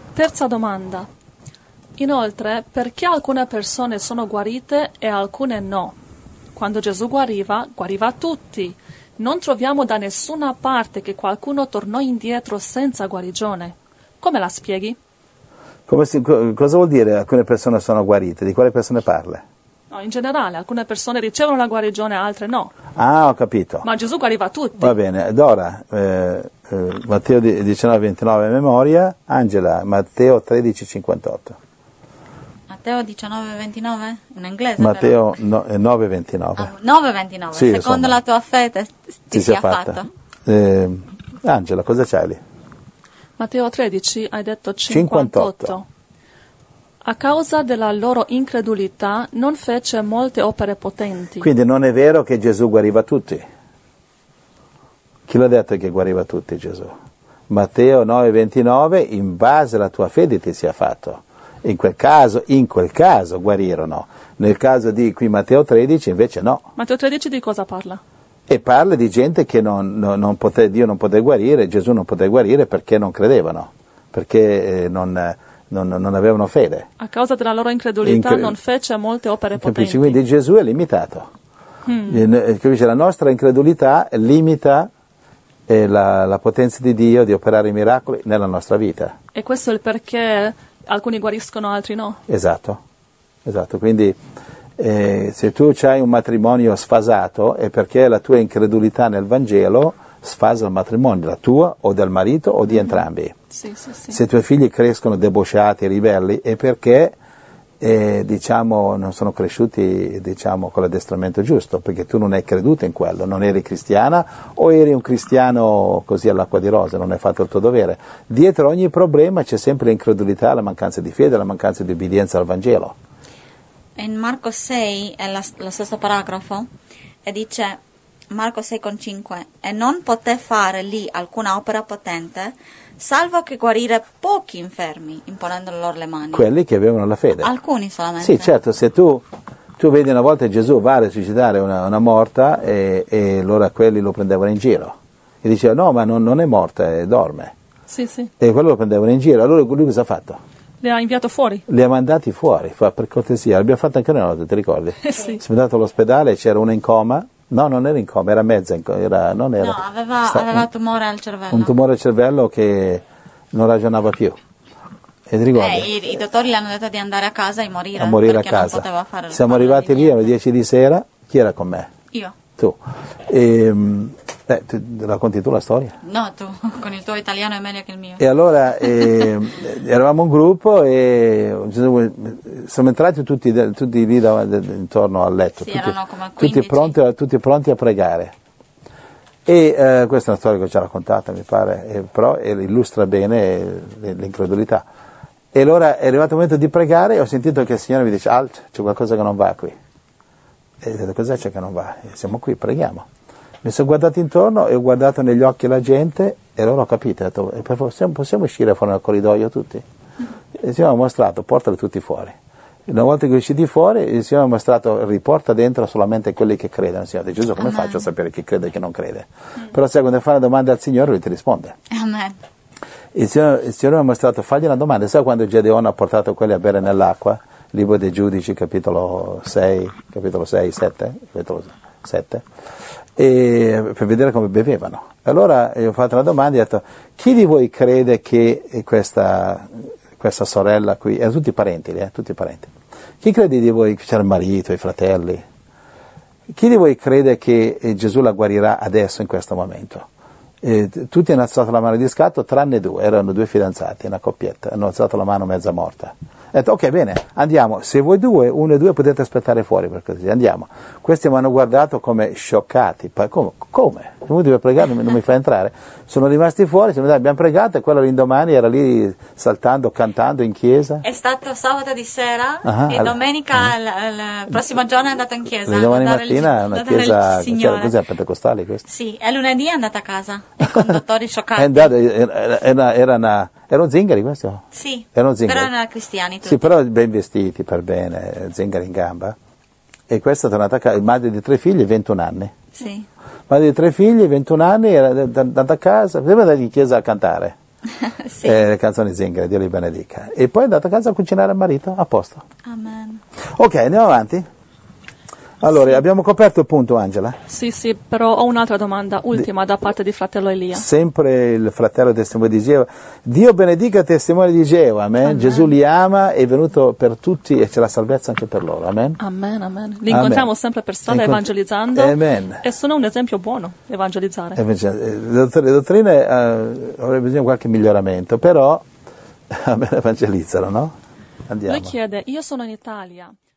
Terza domanda. Inoltre, perché alcune persone sono guarite e alcune no? Quando Gesù guariva tutti. Non troviamo da nessuna parte che qualcuno tornò indietro senza guarigione. Come la spieghi? Cosa vuol dire alcune persone sono guarite? Di quale persone parla? No, in generale, alcune persone ricevono la guarigione, altre no. Ah, ho capito. Ma Gesù guariva tutti. Va bene, Dora, Matteo 19:29 a memoria, Angela, Matteo 13:58. Matteo 19:29? In inglese? Matteo 9:29. 9:29. Sì, Secondo insomma, la tua fede ti sia fatto. Angela, cosa c'hai lì? Matteo 13 hai detto 58. A causa della loro incredulità non fece molte opere potenti. Quindi non è vero che Gesù guariva tutti. Chi l'ha detto che guariva tutti Gesù? Matteo 9:29, in base alla tua fede ti sia fatto. In quel caso guarirono. Nel caso di qui Matteo 13 invece no. Matteo 13 di cosa parla? E parla di gente che Dio non poté guarire, Gesù non poté guarire perché non credevano, perché non avevano fede. A causa della loro incredulità non fece molte opere potenti. Quindi Gesù è limitato. Capisci? La nostra incredulità limita la potenza di Dio di operare i miracoli nella nostra vita. E questo è il perché alcuni guariscono, altri no. Esatto. Quindi se tu hai un matrimonio sfasato è perché la tua incredulità nel Vangelo sfasa il matrimonio, la tua o del marito o di entrambi. Sì. Se i tuoi figli crescono debosciati, ribelli, è perché non sono cresciuti con l'addestramento giusto, perché tu non hai creduto in quello, non eri cristiana o eri un cristiano così all'acqua di rose, non hai fatto il tuo dovere. Dietro ogni problema c'è sempre l'incredulità, la mancanza di fede, la mancanza di obbedienza al Vangelo. In Marco 6 è lo stesso paragrafo e dice Marco 6,5 e non poté fare lì alcuna opera potente salvo che guarire pochi infermi imponendo loro le mani. Quelli che avevano la fede. Alcuni solamente. Sì, certo, se tu vedi una volta Gesù va a risuscitare una morta e allora quelli lo prendevano in giro e diceva no ma non è morta, dorme. Sì. E quello lo prendevano in giro, allora lui cosa ha fatto? Li ha inviato fuori? Li ha mandati fuori, per cortesia, l'abbiamo fatto anche noi una volta, ti ricordi? Sì. Siamo andati all'ospedale, c'era una in coma. No, non era in coma, era mezza in coma. Aveva tumore al cervello. Un tumore al cervello che non ragionava più. E ti ricordi? I dottori le hanno detto di andare a casa e morire. A morire a perché casa. Non poteva fare Siamo arrivati lì alle 10 di sera. Chi era con me? Io. Tu. Racconti tu la storia? No, tu, con il tuo italiano è meglio che il mio. E allora eravamo un gruppo e siamo entrati tutti lì intorno al letto, sì, erano come 15. tutti pronti a pregare. E questa è una storia che ci ha raccontata, mi pare, però illustra bene l'incredulità. E allora è arrivato il momento di pregare e ho sentito che il Signore mi dice: Alt, c'è qualcosa che non va qui. E ho detto: cos'è c'è che non va? E siamo qui, preghiamo. Mi sono guardato intorno e ho guardato negli occhi la gente e allora ho capito, ho detto: possiamo uscire fuori dal corridoio tutti? E il Signore ha mostrato: portali tutti fuori. Una volta che usciti fuori, il Signore ha mostrato: riporta dentro solamente quelli che credono. Il Signore dice: Gesù, come faccio a sapere chi crede e chi non crede? Però sai, quando fai una domanda al Signore, Lui ti risponde. Amen. Il Signore mi ha mostrato: fagli una domanda. Sai quando Gedeone ha portato quelli a bere nell'acqua? Libro dei Giudici, capitolo 7, e per vedere come bevevano. Allora io ho fatto una domanda e ho detto: chi di voi crede che questa sorella qui, erano tutti parenti, tutti parenti, chi crede di voi, c'era il marito, i fratelli, chi di voi crede che Gesù la guarirà adesso in questo momento? Tutti hanno alzato la mano di scatto tranne due, erano due fidanzati, una coppietta, hanno alzato la mano mezza morta. Ho detto: ok, bene, andiamo, se voi due, uno e due, potete aspettare fuori, per così, andiamo. Questi mi hanno guardato come scioccati: come? Tu devi pregare, non mi fai entrare? Sono rimasti fuori, abbiamo pregato e quello l'indomani era lì saltando, cantando in chiesa. È stato sabato di sera e domenica il prossimo giorno è andato in chiesa. Domani mattina una chiesa, cos'è, pentecostale questo? Sì, e lunedì è andata a casa, con dottori scioccati. Erano zingari questo? Sì, erano zingari. Però erano cristiani tutti. Sì, però ben vestiti, per bene, zingari in gamba. E questa è tornata a casa, madre di 3 figli, 21 anni. Sì. Madre di 3 figli, 21 anni, era andata a casa, prima andare in chiesa a cantare. Sì. Le canzoni zingare, Dio li benedica. E poi è andato a casa a cucinare al marito, a posto. Amen. Ok, andiamo avanti. Allora, abbiamo coperto il punto, Angela? Sì, sì, però ho un'altra domanda, ultima, da parte di fratello Elia. Sempre il fratello testimone di Geova. Dio benedica i testimoni di Geova, amen. Amen. Gesù li ama, è venuto per tutti e c'è la salvezza anche per loro, amen. Amen, amen. Li incontriamo sempre per strada evangelizzando Amen. e sono un esempio buono, evangelizzare. Le dottrine avrebbero bisogno di qualche miglioramento, però evangelizzano, no? Andiamo. Lui chiede, io sono in Italia.